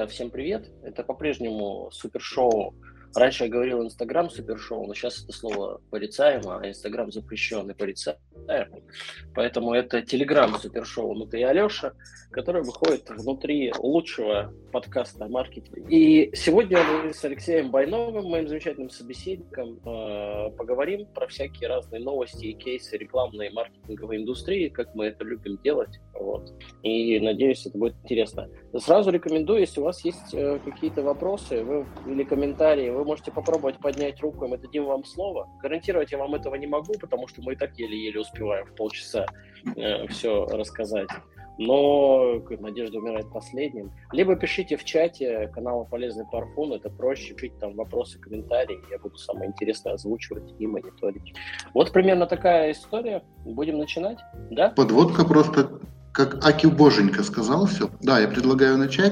Друзья, всем привет! Это по-прежнему супершоу. Раньше я говорил Инстаграм супершоу, но сейчас это слово порицаемо, а Инстаграм запрещен и порицаем. Поэтому это Телеграм супершоу «Ну-ты и Алеша», который выходит внутри лучшего подкаста о маркетинге. И сегодня мы с Алексеем Байновым, моим замечательным собеседником, поговорим про всякие разные новости и кейсы рекламной и маркетинговой индустрии, как мы это любим делать. Вот. И надеюсь, это будет интересно. Сразу рекомендую, если у вас есть какие-то вопросы или комментарии, вы можете попробовать поднять руку, и мы дадим вам слово. Гарантировать я вам этого не могу, потому что мы и так еле-еле успеваем в полчаса все рассказать. Но надежда умирает последним. Либо пишите в чате канала «Полезный Парфун», это проще, пишите там вопросы, комментарии, я буду самое интересное озвучивать и мониторить. Вот примерно такая история. Будем начинать, да? Подводка просто, как Аки Боженька сказал все. Да, я предлагаю начать.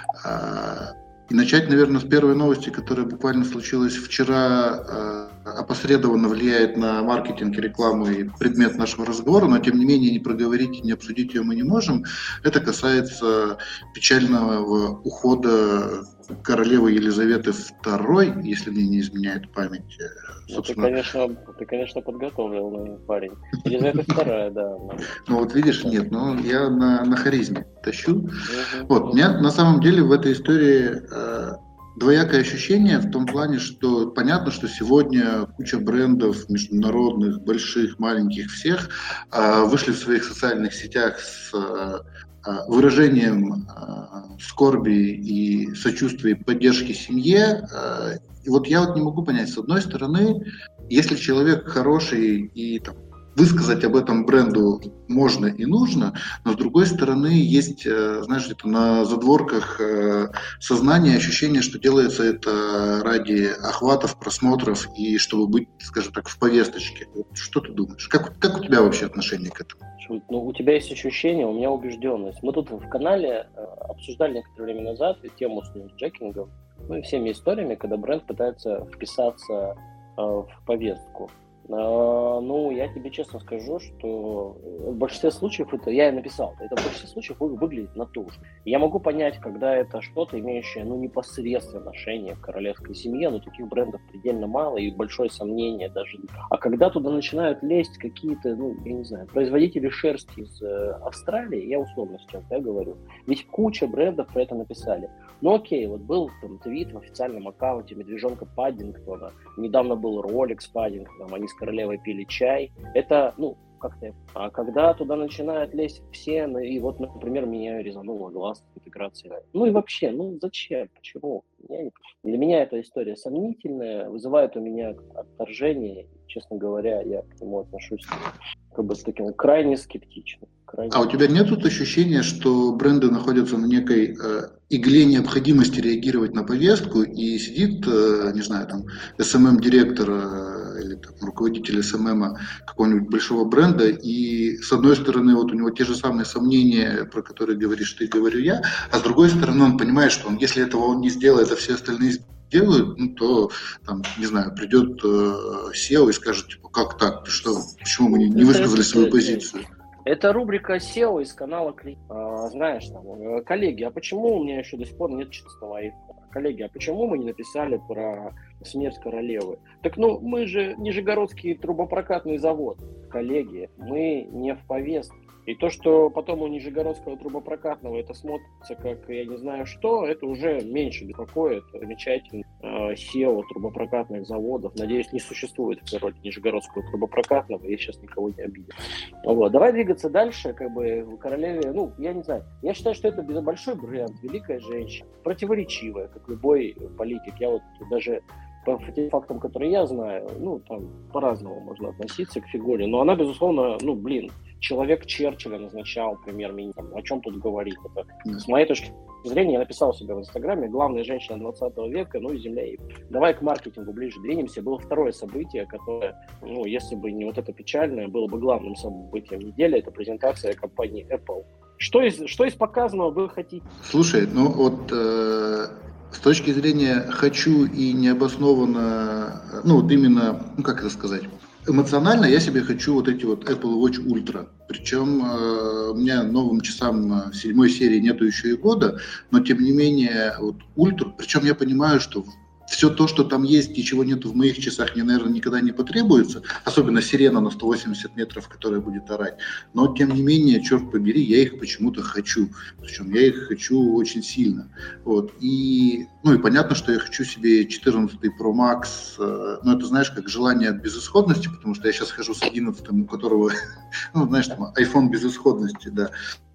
И начать, наверное, с первой новости, которая буквально случилась вчера, опосредованно влияет на маркетинг и рекламу и предмет нашего разговора, но тем не менее не проговорить и не обсудить ее мы не можем. Это касается печального ухода королевы Елизаветы II, если мне не изменяет память. Собственно... Ты, конечно, подготовленный парень. Елизавета II, да. Ну вот видишь, нет, я на харизме тащу. Вот, у меня на самом деле в этой истории двоякое ощущение в том плане, что понятно, что сегодня куча брендов международных, больших, маленьких, всех вышли в своих социальных сетях с выражением скорби и сочувствия и поддержки семье. И вот я не могу понять, с одной стороны, если человек хороший и высказать об этом бренду можно и нужно, но с другой стороны есть, знаешь, где-то на задворках сознания ощущение, что делается это ради охватов, просмотров и чтобы быть, скажем так, в повесточке. Вот что ты думаешь? Как у тебя вообще отношение к этому? Ну, у тебя есть ощущение, у меня убежденность. Мы тут в канале обсуждали некоторое время назад тему с ньюсджекингом, и всеми историями, когда бренд пытается вписаться в повестку. Ну, я тебе честно скажу, что в большинстве случаев это в большинстве случаев выглядит натужно. Я могу понять, когда это что-то, имеющее, непосредственное отношение к королевской семье, но таких брендов предельно мало и большое сомнение даже. А когда туда начинают лезть какие-то, я не знаю, производители шерсти из Австралии, я условно сейчас, говорю, ведь куча брендов про это написали. Ну окей, вот был твит в официальном аккаунте медвежонка Паддингтона, недавно был ролик с Паддингтоном, они с королевой пили чай. Это, как-то... А когда туда начинают лезть все, и вот, например, меня резануло глаз интеграции. И вообще, зачем? Почему? Для меня эта история сомнительная, вызывает у меня отторжение. Честно говоря, я к нему отношусь с таким крайне скептично. А у тебя нет тут ощущения, что бренды находятся на некой игле необходимости реагировать на повестку, и сидит, не знаю, SMM-директор или руководитель SMM какого-нибудь большого бренда, и с одной стороны вот у него те же самые сомнения, про которые говоришь ты, говорю я, а с другой стороны он понимает, что если этого он не сделает, а все остальные делают, то, не знаю, придет SEO и скажет, как так, ты что, почему мы не высказали свою позицию? Это рубрика SEO из канала знаешь, коллеги, а почему у меня еще до сих пор нет чистого айфона? Коллеги, а почему мы не написали про смерть королевы? Так, мы же Нижегородский трубопрокатный завод. Коллеги, мы не в повестке. И то, что потом у Нижегородского трубопрокатного это смотрится как я не знаю что, это уже меньше беспокоит. Замечательный SEO трубопрокатных заводов. Надеюсь, не существует в природе Нижегородского трубопрокатного. Я сейчас никого не обидел. Вот. Давай двигаться дальше. В королеве, я не знаю. Я считаю, что это большой бренд, великая женщина, противоречивая, как любой политик. Я даже по тем фактам, которые я знаю, по-разному можно относиться к фигуре. Но она, безусловно, человек Черчилля назначал премьер-министром. О чем тут говорить? Это, с моей точки зрения, я написал себе в Инстаграме, главная женщина 20 века, и земля. И давай к маркетингу ближе двинемся. Было второе событие, которое, если бы не вот это печальное, было бы главным событием недели. Это презентация компании Apple. Что из показанного вы хотите? Слушай, с точки зрения «хочу» и необоснованно, именно, как это сказать, эмоционально я себе хочу вот эти вот Apple Watch Ultra. Причем у меня новым часам 7 серии нету еще и года, но тем не менее вот Ultra, причем я понимаю, что все то, что там есть и чего нету в моих часах, мне, наверное, никогда не потребуется, особенно сирена на 180 метров, которая будет орать. Но, тем не менее, черт побери, я их почему-то хочу. Причем я их хочу очень сильно. Вот. Ну и понятно, что я хочу себе 14 Pro Max. Ну, это, знаешь, как желание от безысходности, потому что я сейчас хожу с 11, у которого, ну, знаешь, там, iPhone безысходности, да.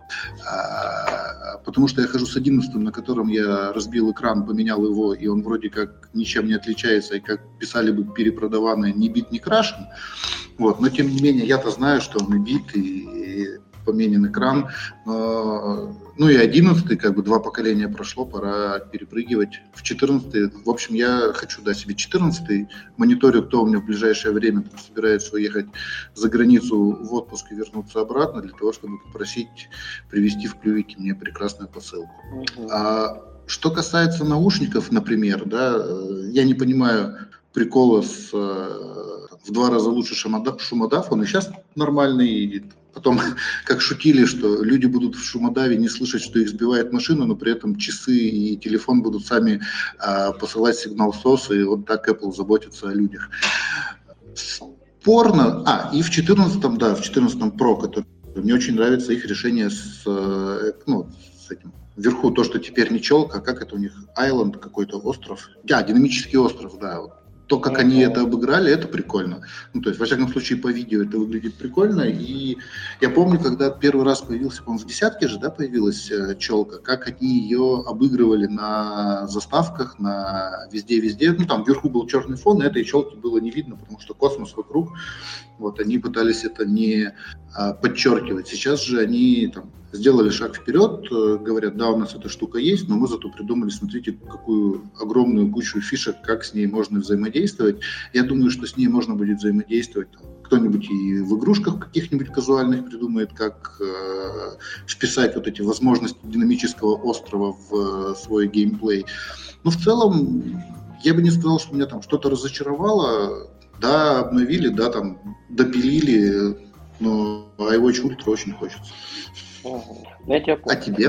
Потому что я хожу с 11, на котором я разбил экран, поменял его, и он вроде как ничем не отличается, и как писали бы перепродаванный, не бит, не крашен. Вот. Но тем не менее, я-то знаю, что он и бит, и поменен экран. Ну и 11, как бы 2 поколения прошло, пора перепрыгивать в 14. В общем, я хочу, да, себе 14, мониторю, кто у меня в ближайшее время собирается уехать за границу в отпуск и вернуться обратно, для того, чтобы попросить привезти в клювике мне прекрасную посылку. А что касается наушников, например, да, я не понимаю прикола с в 2 раза лучше шумодав, он и сейчас нормальный, и потом, как шутили, что люди будут в шумодаве не слышать, что их сбивает машина, но при этом часы и телефон будут сами посылать сигнал СОС, и вот так Apple заботится о людях. Спорно. И в 14-м, да, в 14-м Pro, который мне очень нравится их решение с этим. Вверху то, что теперь не челка, как это у них, Island какой-то остров. Динамический остров, да, вот. То, как они это обыграли, это прикольно. Ну, то есть, во всяком случае, по видео это выглядит прикольно. И я помню, когда первый раз появился, по-моему, в десятке же, да, появилась челка, как они ее обыгрывали на заставках, на везде-везде. Ну, там вверху был черный фон, и этой челки было не видно, потому что космос вокруг. Вот, они пытались это не подчеркивать. Сейчас же они там сделали шаг вперед, говорят, да, у нас эта штука есть, но мы зато придумали, смотрите, какую огромную кучу фишек, как с ней можно взаимодействовать. Я думаю, что с ней можно будет взаимодействовать. Кто-нибудь и в игрушках каких-нибудь казуальных придумает, как вписать вот эти возможности динамического острова в свой геймплей. Но в целом я бы не сказал, что меня там что-то разочаровало. Да, обновили, да, там допилили, но iWatch Ultra очень хочется. Я тебя понял. А тебе?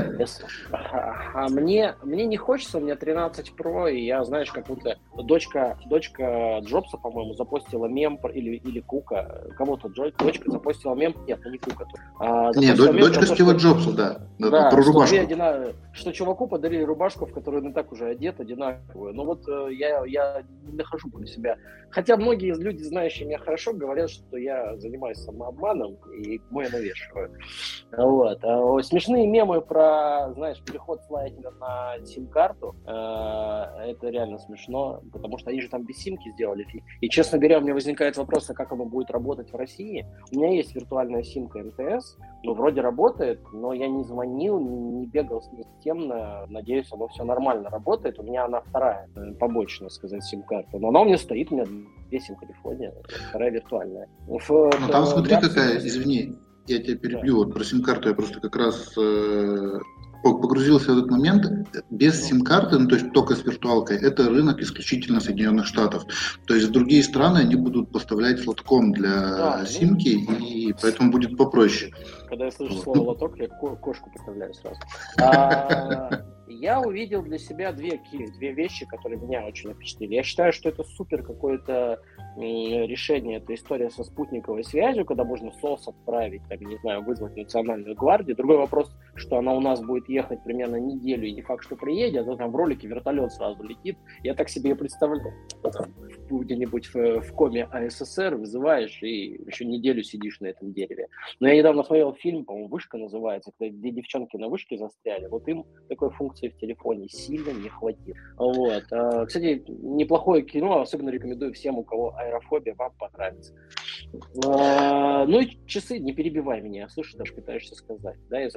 Мне не хочется, у меня 13 Pro, и я, знаешь, как будто дочка Джобса, по-моему, запостила мем, или Кука, кого-то дочка запостила мем, нет, не Кука. Дочка Стива Джобса, да, про рубашку. Что чуваку подарили рубашку, в которую он и так уже одет, одинаковую. Но вот я не нахожу для себя. Хотя многие люди, знающие меня хорошо, говорят, что я занимаюсь самообманом и мой навешиваю. Вот. Смешные мемы про, знаешь, переход с лайтинга на сим-карту, это реально смешно, потому что они же там без симки сделали. И, честно говоря, у меня возникает вопрос, а как оно будет работать в России. У меня есть виртуальная симка МТС, вроде работает, но я не звонил, не бегал системно, надеюсь, оно все нормально работает. У меня она вторая, побочная, сказать, сим-карта, но она у меня стоит, у меня 2 сим-Калифорния, вторая виртуальная. Там смотри какая, извини, я тебя перебью, вот про сим-карту я просто как раз погрузился в этот момент. Без сим-карты, то есть только с виртуалкой, это рынок исключительно Соединенных Штатов. То есть другие страны они будут поставлять лотком для симки, и поэтому будет попроще. Когда я слышу слово лоток, я кошку представляю сразу. Я увидел для себя две вещи, которые меня очень впечатлили. Я считаю, что это супер какое-то решение, это история со спутниковой связью, когда можно СОС отправить, там, не знаю, вызвать национальную гвардию. Другой вопрос, что она у нас будет ехать примерно неделю, и не факт, что приедет, а то там в ролике вертолет сразу летит. Я так себе и представляю. Где-нибудь в коме АССР вызываешь и еще неделю сидишь на этом дереве. Но я недавно смотрел фильм, по-моему, «Вышка» называется, где девчонки на вышке застряли. Вот им такой функции в телефоне сильно не хватит. Вот. Кстати, неплохое кино, особенно рекомендую всем, у кого аэрофобия, вам понравится. Ну и часы, не перебивай меня, слушай, даже пытаешься сказать, да, я закончу.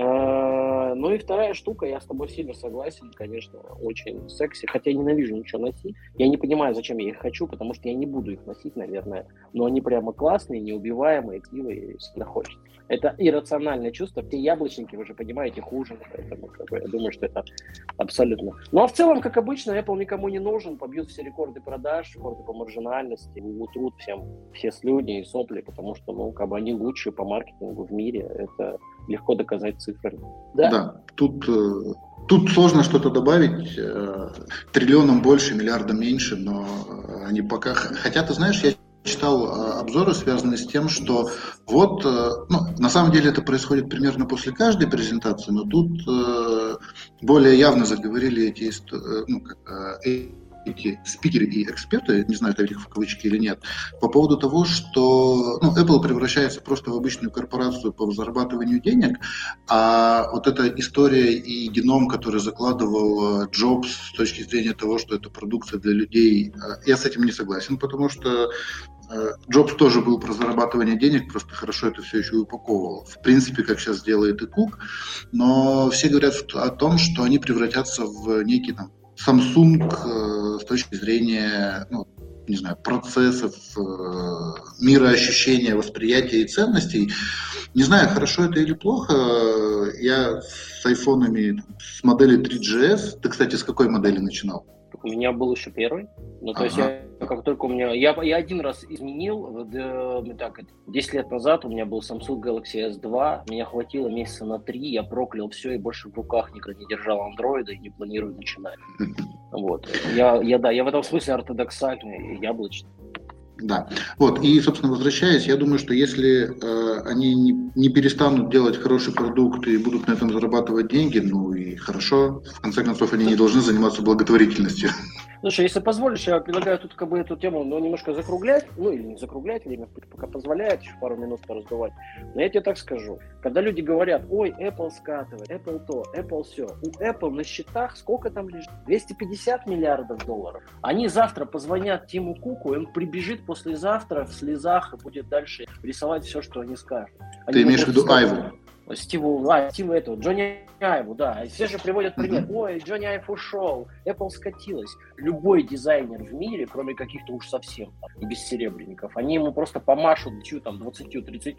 Ну и вторая штука, я с тобой сильно согласен, конечно, очень секси, хотя я ненавижу ничего носить. Я не понимаю, зачем я их хочу, потому что я не буду их носить, наверное. Но они прямо классные, неубиваемые, красивые, всегда хочется. Это иррациональное чувство. Все яблочники, вы же понимаете, хуже, поэтому я думаю, что это абсолютно. Ну а в целом, как обычно, Apple никому не нужен, побьют все рекорды продаж, рекорды по маржинальности, утрут всем все слюни и сопли, потому что, ну, как бы они лучшие по маркетингу в мире, это легко доказать цифрами. Да, тут сложно что-то добавить, триллионом больше, миллиардом меньше, но они пока... Хотя, ты знаешь, я читал обзоры, связанные с тем, что вот, ну, на самом деле это происходит примерно после каждой презентации, но тут более явно заговорили эти спикеры и эксперты, не знаю, ставить их в кавычки или нет, по поводу того, что Apple превращается просто в обычную корпорацию по зарабатыванию денег, а вот эта история и геном, который закладывал Джобс с точки зрения того, что это продукция для людей, я с этим не согласен, потому что Джобс тоже был про зарабатывание денег, просто хорошо это все еще упаковывал. В принципе, как сейчас делает и Кук, но все говорят о том, что они превратятся в некий там Samsung с точки зрения, не знаю, процессов, мироощущения, восприятия и ценностей. Не знаю, хорошо это или плохо. Я с айфонами с модели 3GS. Ты, кстати, с какой модели начинал? У меня был еще первый. Ну, то есть как только у меня... Я один раз изменил, 10 лет назад у меня был Samsung Galaxy S2, меня хватило месяца на 3, я проклял все и больше в руках никогда не держал андроида и не планирую начинать. Вот. Я в этом смысле ортодоксальный и яблочный. Да, вот, и, собственно, возвращаясь, я думаю, что если они не перестанут делать хороший продукт и будут на этом зарабатывать деньги, ну и хорошо, в конце концов, они не должны заниматься благотворительностью. Слушай, если позволишь, я предлагаю тут как бы эту тему немножко закруглять, или не закруглять, время пока позволяет, еще пару минут пораздувать. Но я тебе так скажу, когда люди говорят, ой, Apple скатывает, Apple то, Apple все, у Apple на счетах сколько там лежит? 250 миллиардов долларов. Они завтра позвонят Тиму Куку, и он прибежит послезавтра в слезах и будет дальше рисовать все, что они скажут. Ты имеешь в виду Айву? Джонни Айву, да. Все же приводят пример. Ой, Джонни Айв ушел, Apple скатилась. Любой дизайнер в мире, кроме каких-то уж совсем бессеребренников, они ему просто помашут 20, 30,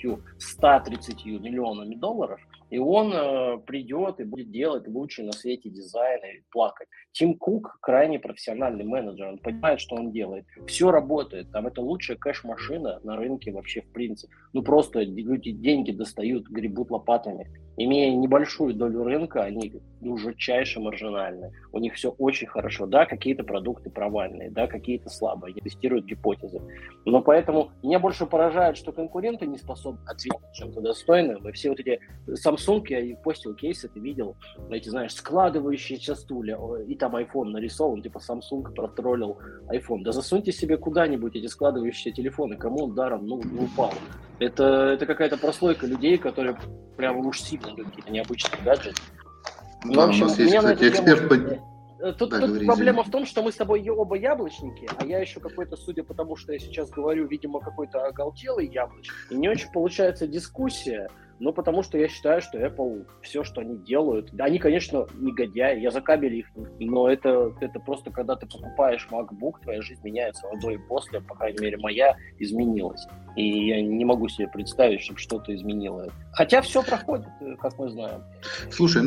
130 миллионами долларов, и он придет и будет делать лучший на свете дизайн и плакать. Тим Кук крайне профессиональный менеджер, он понимает, что он делает. Все работает, там это лучшая кэш-машина на рынке вообще в принципе. Ну просто люди деньги достают, гребут лопатами. Имея небольшую долю рынка, они жутчайше маржинальные. У них все очень хорошо. Да, какие-то продукты провальные, да, какие-то слабые, они тестируют гипотезы. Но поэтому меня больше поражает, что конкуренты не способны ответить чем-то достойным. И все вот эти Samsung, я постил кейсы, ты видел, эти, знаешь, складывающиеся стулья, и там iPhone нарисован, типа Samsung протроллил iPhone. Да засуньте себе куда-нибудь эти складывающиеся телефоны, кому он даром не упал. Это какая-то прослойка людей, которые прямо уж сильно любят какие-то необычные гаджеты. Да, в общем, у нас есть, кстати, эксперт Тут проблема в том, что мы с тобой оба яблочники, а я еще какой-то, судя по тому, что я сейчас говорю, видимо, какой-то оголтелый яблочник. И не очень получается дискуссия, но потому что я считаю, что Apple, все, что они делают, они, конечно, негодяи, я закабель их, но это просто, когда ты покупаешь MacBook, твоя жизнь меняется до и после, по крайней мере, моя изменилась. И я не могу себе представить, чтобы что-то изменило. Хотя все проходит, как мы знаем. Слушай,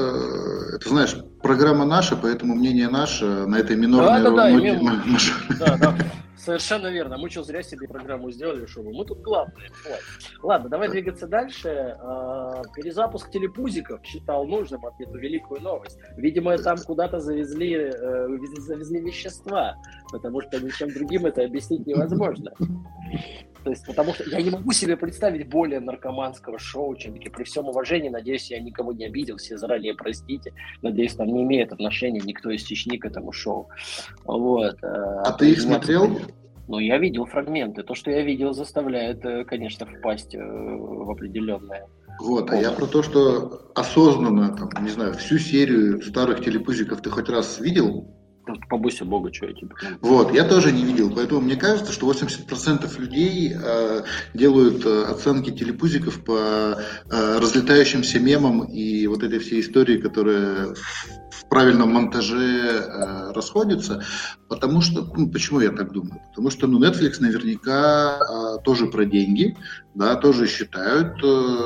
это, знаешь, программа наша, поэтому мнение наше на этой минорной ноте. Да, совершенно верно. Мы что, зря себе программу сделали, чтобы мы тут главные. Ладно, давай двигаться дальше. Перезапуск телепузиков считал нужным эту великую новость. Видимо, там куда-то завезли вещества, потому что ничем другим это объяснить невозможно. То есть, потому что я не могу себе представить более наркоманского шоу, чем при всем уважении, надеюсь, я никого не обидел, все заранее простите, надеюсь, там не имеет отношения никто из Чечни к этому шоу. Вот. А ты их смотрел? Ну, я видел фрагменты. То, что я видел, заставляет, конечно, впасть в определенное. Вот, а я про то, что осознанно, не знаю, всю серию старых телепузиков ты хоть раз видел? Побойся Бога, что я тебе. Вот, я тоже не видел, поэтому мне кажется, что 80% людей делают оценки телепузиков по разлетающимся мемам и вот этой всей истории, которая в правильном монтаже расходится, потому что, почему я так думаю? Потому что, Netflix наверняка тоже про деньги, да, тоже считают,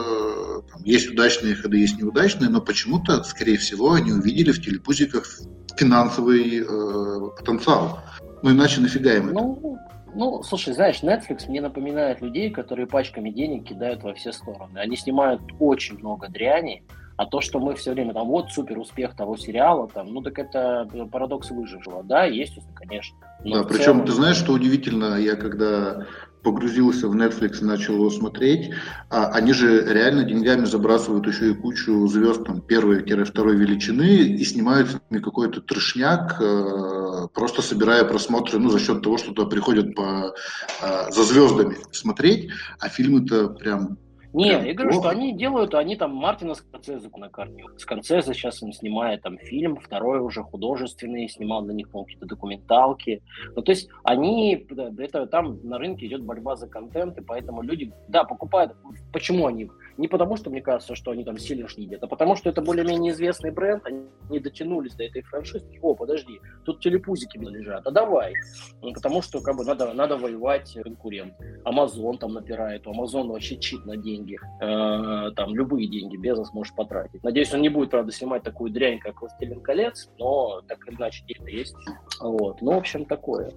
есть удачные ходы, есть неудачные, но почему-то, скорее всего, они увидели в телепузиках финансовый потенциал. Иначе нафига им это? Слушай, знаешь, Netflix мне напоминает людей, которые пачками денег кидают во все стороны. Они снимают очень много дряни, а то, что мы все время вот супер успех того сериала, так это парадокс выжившего. Да, есть, конечно. Да, причем ты знаешь, что удивительно, я когда погрузился в Netflix и начал его смотреть, они же реально деньгами забрасывают еще и кучу звезд первой-второй величины и снимают с ними какой-то трешняк, просто собирая просмотры, за счет того, что туда приходят за звездами смотреть, а фильмы-то прям... Я говорю, что они делают, они там Мартина Скорсезе на карте. Скорсезе сейчас он снимает фильм, второй уже художественный, снимал для них, какие-то документалки. То есть они, там на рынке идет борьба за контент, и поэтому люди, покупают. Почему они? Не потому, что мне кажется, что они там сильно шнидят, а потому, что это более-менее известный бренд, они не дотянулись до этой франшизы. Подожди, тут телепузики лежат, а давай. Потому что надо воевать конкурент. Amazon там напирает, у Amazon вообще чит на деньги. Любые деньги Безос может потратить. Надеюсь, он не будет, правда, снимать такую дрянь, как «Властелин колец», но так или иначе деньги есть. В общем, такое.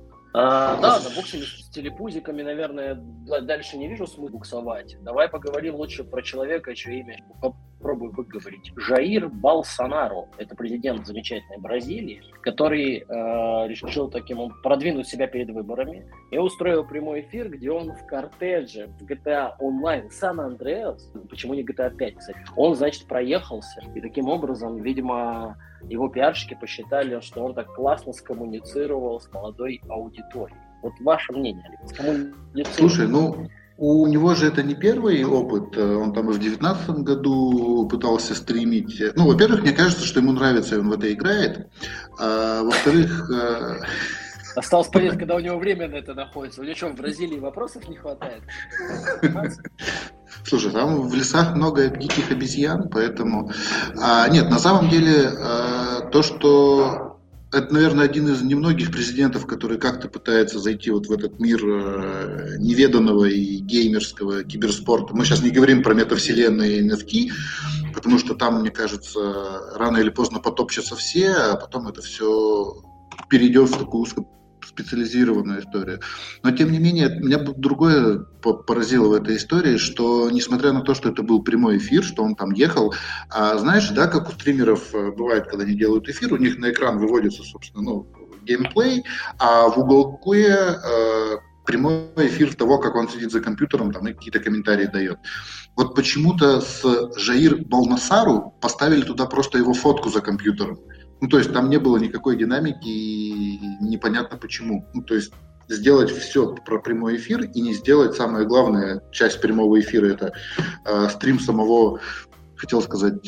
В общем, с телепузиками, наверное, дальше не вижу смысла буксовать. Давай поговорим лучше про человека, чье имя попробую выговорить. Жаир Болсонaro. Это президент замечательной Бразилии, который решил таким образом продвинуть себя перед выборами и устроил прямой эфир, где он в кортедже в GTA Online Сан-Андреас, почему не GTA 5, кстати, он, проехался, и таким образом, видимо, его пиарщики посчитали, что он так классно скоммуницировал с молодой аудиторией. Ваше мнение, Алекс? Слушай, у него же это не первый опыт, он там и в 2019 году пытался стримить. Во-первых, мне кажется, что ему нравится, и он в это играет. Во-вторых... Осталось понять, когда у него время на это находится. У него что, в Бразилии вопросов не хватает? Слушай, там в лесах много диких обезьян, поэтому... Нет, на самом деле, то, что... Это, наверное, один из немногих президентов, который как-то пытается зайти в этот мир неведанного и геймерского киберспорта. Мы сейчас не говорим про метавселенные и NFT, потому что там, мне кажется, рано или поздно потопчутся все, а потом это все перейдет в такую узкоспециализированную историю. Но, тем не менее, меня другое поразило в этой истории, что, несмотря на то, что это был прямой эфир, что он там ехал, знаешь, как у стримеров бывает, когда они делают эфир, у них на экран выводится, собственно, геймплей, а в уголке прямой эфир того, как он сидит за компьютером и какие-то комментарии дает. Почему-то с Жаир Болсонaro поставили туда просто его фотку за компьютером. То есть там не было никакой динамики и непонятно почему. То есть сделать все про прямой эфир и не сделать самая главная часть прямого эфира, это стрим самого, хотел сказать,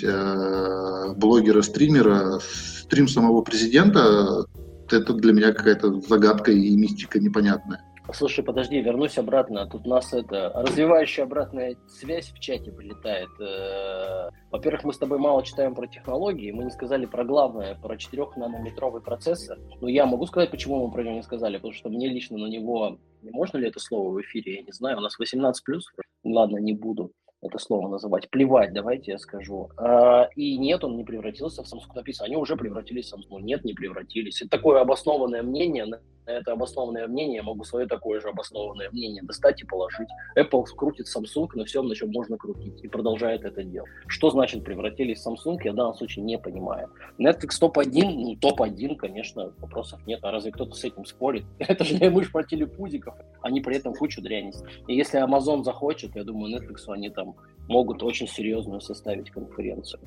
блогера-стримера, стрим самого президента, это для меня какая-то загадка и мистика непонятная. Слушай, подожди, вернусь обратно. Тут у нас развивающая обратная связь в чате прилетает. Во-первых, мы с тобой мало читаем про технологии, мы не сказали про главное, про 4-нанометровый процессор. Я могу сказать, почему мы про него не сказали, потому что мне лично на него, можно ли это слово в эфире, я не знаю, у нас 18+, ладно, не буду это слово называть. Плевать, давайте я скажу. И нет, он не превратился в Samsung. Написано, они уже превратились в Samsung. Нет, не превратились. Это такое обоснованное мнение. На это обоснованное мнение я могу свое такое же обоснованное мнение достать и положить. Apple крутит Samsung на всем, на чем можно крутить. И продолжает это делать. Что значит превратились в Samsung, я в данном случае не понимаю. Netflix топ-1, топ-1, конечно, вопросов нет. А разве кто-то с этим спорит? Это же мы же про телепузиков. Они при этом кучу дряни. И если Amazon захочет, я думаю, Netflix они там могут очень серьезную составить конкуренцию.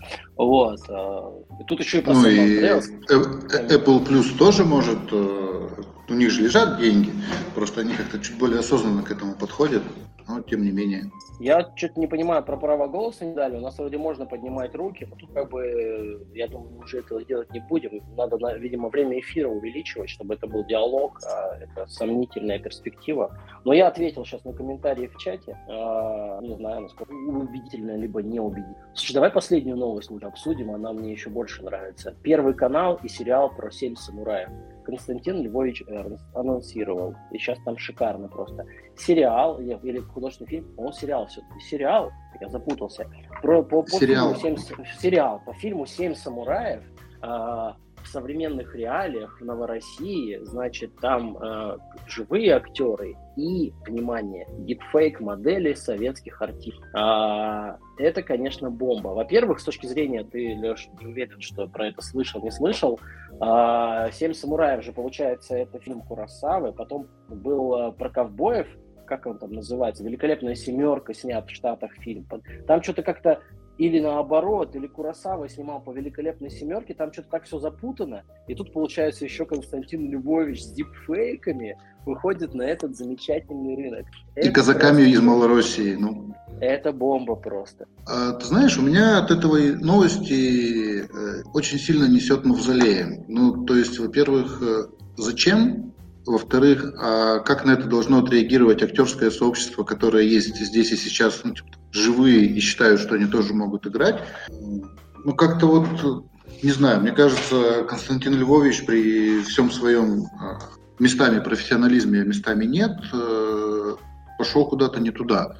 И тут еще и про Apple Plus тоже может, у них же лежат деньги, просто они как-то чуть более осознанно к этому подходят. но тем не менее. Я что-то не понимаю, про право голоса не дали. У нас вроде можно поднимать руки, но тут как бы, я думаю, мы уже этого делать не будем. Надо, видимо, время эфира увеличивать, чтобы это был диалог, а это сомнительная перспектива. Но я ответил сейчас на комментарии в чате. Не знаю, насколько убедительно, либо не убедительно. Слушай, давай последнюю новость лучше обсудим, она мне еще больше нравится. Первый канал и сериал про 7 самураев. Константин Львович Эрнст анонсировал. И сейчас там шикарно просто. Сериал, или художественный фильм, он сериал все-таки. Сериал, я запутался. Сериал по фильму «7 самураев» в современных реалиях в Новороссии, значит, там живые актеры и, внимание, дипфейк модели советских артистов. Это, конечно, бомба. Во-первых, с точки зрения, ты, Леш, не уверен, что про это слышал, не слышал. «7 самураев» же, получается, это фильм Куросавы. Потом был про ковбоев, как он там называется, «Великолепная семерка», снят в Штатах фильм. Там что-то как-то или наоборот, или Куросава снимал по «Великолепной семерке», там что-то так все запутано, и тут, получается, еще Константин Львович с дипфейками выходит на этот замечательный рынок. И это казаками просто... из Малороссии. Ну. Это бомба просто. Ты знаешь, у меня от этой новости очень сильно несет мавзолеем. Ну, то есть, во-первых, зачем? Во-вторых, как на это должно отреагировать актерское сообщество, которое есть здесь и сейчас, ну, типа, живые и считают, что они тоже могут играть. Ну, как-то вот, не знаю, мне кажется, Константин Львович при всем своем местами профессионализме, а местами нет, пошел куда-то не туда.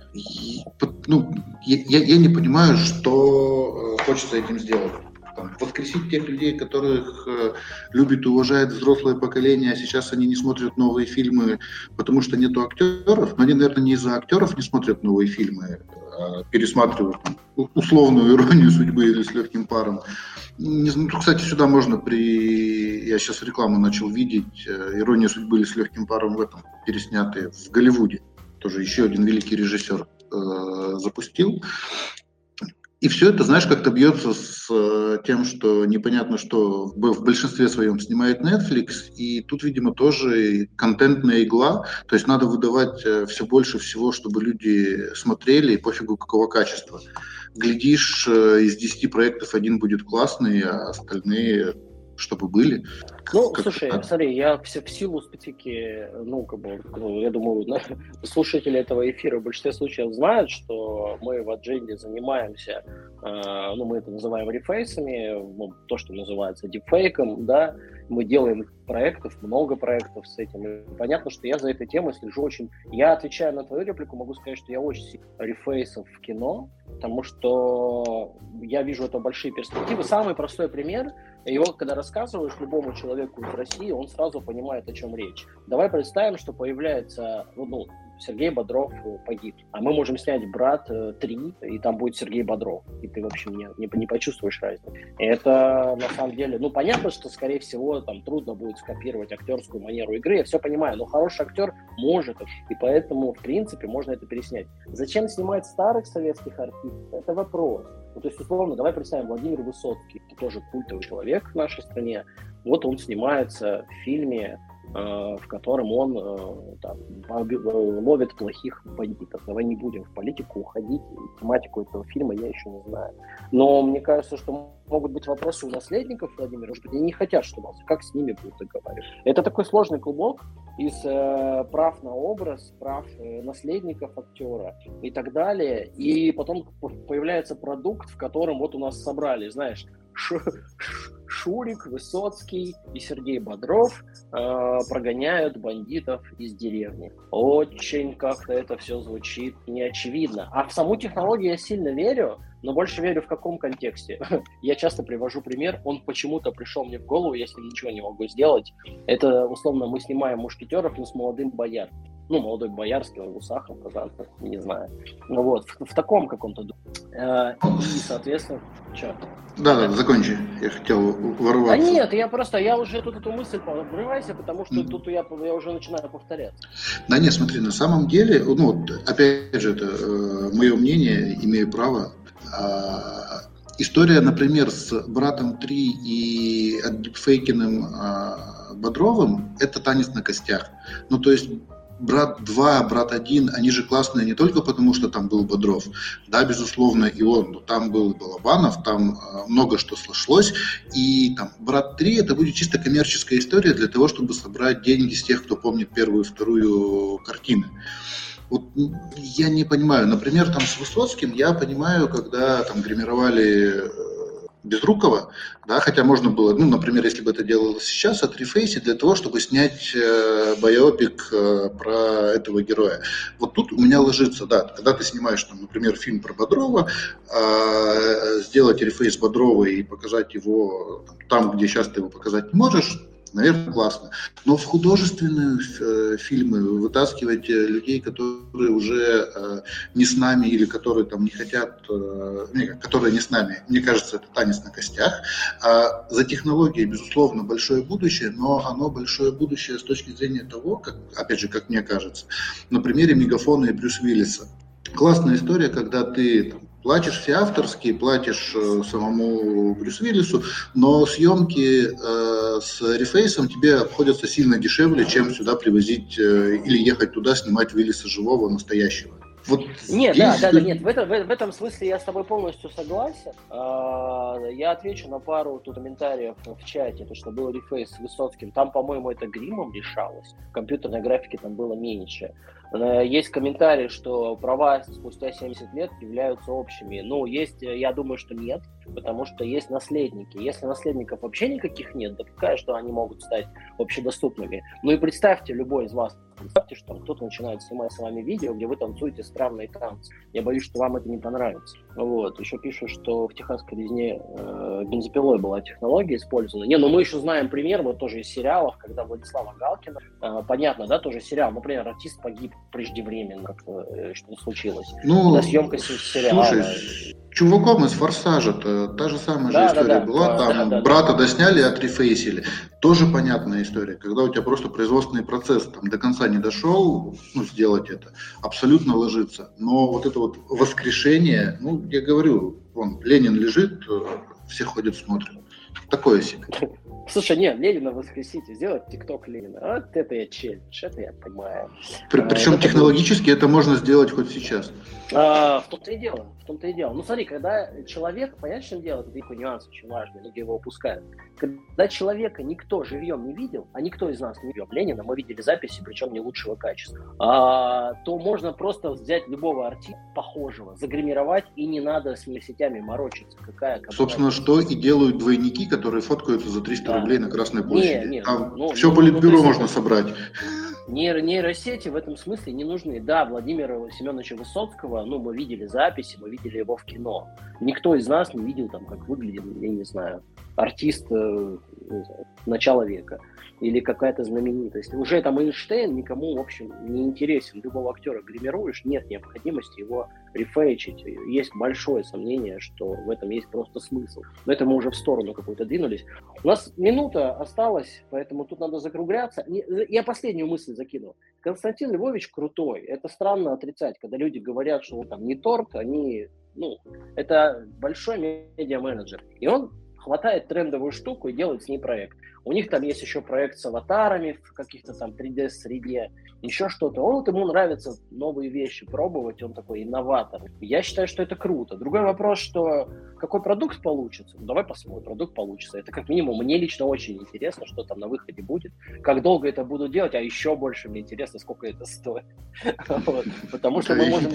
Я не понимаю, что хочется этим сделать. Воскресить тех людей, которых любит и уважает взрослое поколение, а сейчас они не смотрят новые фильмы, потому что нету актеров. Но они, наверное, не из-за актеров не смотрят новые фильмы, а пересматривают условную «Иронию судьбы» или «С легким паром». Кстати, сюда можно я сейчас рекламу начал видеть, «Ирония судьбы» или «С легким паром» в этом переснятые в Голливуде. Тоже еще один великий режиссер запустил. И все это, знаешь, как-то бьется с тем, что непонятно, что в большинстве своем снимает Netflix, и тут, видимо, тоже контентная игла, то есть надо выдавать все больше всего, чтобы люди смотрели, и пофигу какого качества. Глядишь, из 10 проектов один будет классный, а остальные чтобы были. Ну, слушай, смотри, я в силу специфики, я думаю, слушатели этого эфира в большинстве случаев знают, что мы в Адженде занимаемся, мы это называем рефейсами, то, что называется дипфейком, да, мы делаем проектов, много проектов с этим. И понятно, что я за этой темой слежу очень. Я, отвечая на твою реплику, могу сказать, что я очень сильно рефейсов в кино, потому что я вижу это большие перспективы. Самый простой пример, его, когда рассказываешь любому человеку из России, он сразу понимает, о чем речь. Давай представим, что появляется, Сергей Бодров погиб, а мы можем снять «Брат 3», и там будет Сергей Бодров, и ты, в общем, не почувствуешь разницу. И это, на самом деле, понятно, что, скорее всего, там трудно будет скопировать актерскую манеру игры, я все понимаю, но хороший актер может, и поэтому, в принципе, можно это переснять. Зачем снимать старых советских артистов? Это вопрос. То есть, условно, давай представим, Владимир Высоцкий, тоже культовый человек в нашей стране, вот он снимается в фильме, в котором он ловит плохих бандитов. Давай не будем в политику уходить, тематику этого фильма я еще не знаю. Но мне кажется, что могут быть вопросы у наследников Владимира, что они не хотят, чтобы как с ними будут договаривать. Это такой сложный клубок из прав на образ, прав наследников актера и так далее. И потом появляется продукт, в котором вот у нас собрали, знаешь, Шурик, Высоцкий и Сергей Бодров прогоняют бандитов из деревни. Очень как-то это все звучит неочевидно. А в саму технологию я сильно верю, но больше верю в каком контексте. Я часто привожу пример, он почему-то пришел мне в голову, я с ним ничего не могу сделать. Это, условно, мы снимаем «Мушкетеров», но с молодым бояром. Молодой Боярский, он в усах, он казанцев, не знаю. В таком каком-то и, соответственно, что? Да, закончи. Я хотел ворваться. Нет, я уже тут эту мысль обрывайся, потому что тут я уже начинаю повторять. Да нет, смотри, на самом деле, опять же, это мое мнение, имею право. История, например, с «Братом 3» и дипфейкиным Бодровым – это танец на костях. То есть «Брат 2», «Брат 1», они же классные не только потому, что там был Бодров, да, безусловно, и он, но там был Балабанов, там много что сошлось, и там «Брат 3» это будет чисто коммерческая история для того, чтобы собрать деньги с тех, кто помнит первую и вторую картины. Вот я не понимаю, например, там с Высоцким я понимаю, когда там гримировали Безрукова, да, хотя можно было, ну, например, если бы это делалось сейчас, отрефейсить для того, чтобы снять байопик про этого героя. Вот тут у меня ложится, да, когда ты снимаешь, там, например, фильм про Бодрова, сделать рефейс Бодрова и показать его там, где сейчас ты его показать не можешь, наверное, классно. Но в художественные фильмы вытаскивать людей, которые уже не с нами или которые там не хотят, которые не с нами, мне кажется, это танец на костях. За технологией, безусловно, большое будущее, но оно большое будущее с точки зрения того, как, опять же, как мне кажется, на примере Мегафона и Брюс Уиллиса. Классная история, когда ты платишь все авторские, платишь самому Брюсу Уиллису, но съемки с рефейсом тебе обходятся сильно дешевле, чем сюда привозить или ехать туда снимать Уиллиса живого, настоящего. Вот нет, здесь... нет, в этом смысле я с тобой полностью согласен. Я отвечу на пару тут комментариев в чате, то, что был рефейс с Высоцким. Там, по-моему, это гримом решалось. В компьютерной графике там было меньше. Есть комментарии, что права спустя 70 лет являются общими. Ну, я думаю, что нет, потому что есть наследники. Если наследников вообще никаких нет, допускаю, что они могут стать общедоступными. Ну и представьте, любой из вас, представьте, что кто-то начинает снимать с вами видео, где вы танцуете странные танцы. Я боюсь, что вам это не понравится. Вот. Еще пишут, что в техасской резне бензопилой была технология использована. Мы еще знаем пример, вот тоже из сериалов, когда Владислава Галкина, понятно, да, тоже сериал, например, артист погиб преждевременно, что случилось. Когда съемка сериала... Слушай, чуваком из «Форсажа»-то та же самая же история была, там брата досняли и отрефейсили. Тоже понятная история, когда у тебя просто производственный процесс там до конца не дошел, сделать это, абсолютно ложится. Но вот это вот воскрешение, я говорю, вон, Ленин лежит, все ходят, смотрят. Такое себе. Слушай, нет, Ленина воскресите, сделать ТикТок Ленина. Вот это я челлендж, это я понимаю. Причем технологически это можно сделать хоть сейчас. В том-то и дело. Ну смотри, когда человек, понятно, что дело, это такой нюанс очень важный, многие его упускают. Когда человека никто живьем не видел, а никто из нас не видел Ленина, мы видели записи, причем не лучшего качества, то можно просто взять любого артиста похожего, загримировать, и не надо с нейросетями морочиться. Собственно, что и делают двойники, которые фоткаются за 300 рублей на Красной площади. Все политбюро можно собрать. Нейросети в этом смысле не нужны. Да, Владимира Семеновича Высоцкого, мы видели записи, мы видели его в кино. Никто из нас не видел, как выглядел, я не знаю, артист начала века или какая-то знаменитость. Уже там Эйнштейн никому, в общем, не интересен. Любого актера гримируешь, нет необходимости его рефейчить. Есть большое сомнение, что в этом есть просто смысл. Но это мы уже в сторону какую-то двинулись. У нас минута осталась, поэтому тут надо закругляться. Я последнюю мысль закинул. Константин Львович крутой. Это странно отрицать, когда люди говорят, что он там не торт, это большой медиа-менеджер. И он хватает трендовую штуку и делает с ней проект. У них там есть еще проект с аватарами в каких-то там 3D-среде, еще что-то. Ему нравится новые вещи пробовать, он такой инноватор. Я считаю, что это круто. Другой вопрос, что какой продукт получится? Давай посмотрим, продукт получится. Это как минимум мне лично очень интересно, что там на выходе будет, как долго это буду делать, а еще больше мне интересно, сколько это стоит. Потому что мы можем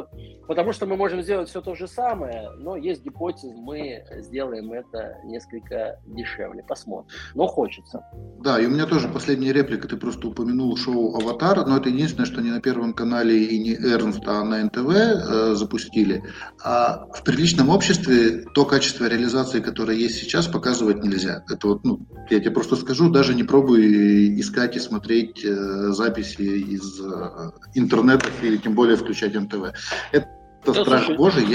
сделать все то же самое, но есть гипотеза, мы сделаем это несколько дешевле. Посмотрим. Но хочется. Да, и у меня тоже последняя реплика. Ты просто упомянул шоу «Аватар», но это единственное, что не на Первом канале и не Эрнст, а на НТВ запустили. А в приличном обществе то качество реализации, которое есть сейчас, показывать нельзя. Это я тебе просто скажу, даже не пробуй искать и смотреть записи из интернета или тем более включать НТВ. Это страх Божий,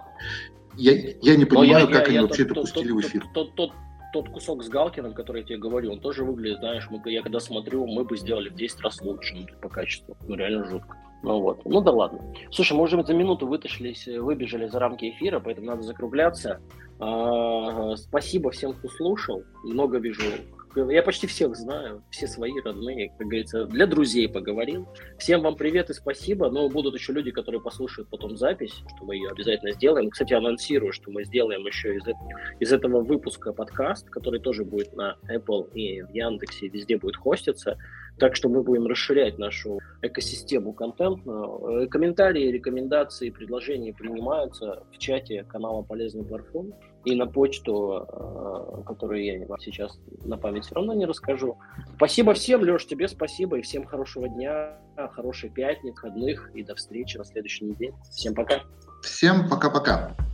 я не понимаю, как они вообще это пустили в эфир. Тот кусок с Галкиным, который я тебе говорю, он тоже выглядит, знаешь, я когда смотрю, мы бы сделали в 10 раз лучше по качеству. Реально жутко. Да ладно. Слушай, мы уже за минуту выбежали за рамки эфира, поэтому надо закругляться. Спасибо всем, кто слушал. Много вижу Я почти всех знаю, все свои родные, как говорится, для друзей поговорил. Всем вам привет и спасибо, но будут еще люди, которые послушают потом запись, что мы ее обязательно сделаем. Кстати, анонсирую, что мы сделаем еще из этого выпуска подкаст, который тоже будет на Apple и в Яндексе, везде будет хоститься. Так что мы будем расширять нашу экосистему контентную. Комментарии, рекомендации, предложения принимаются в чате канала «Полезный платформ» и на почту, которую я вам сейчас на память все равно не расскажу. Спасибо всем, Леш, тебе спасибо, и всем хорошего дня, хорошей пятницы, выходных, и до встречи на следующей неделе. Всем пока. Всем пока-пока.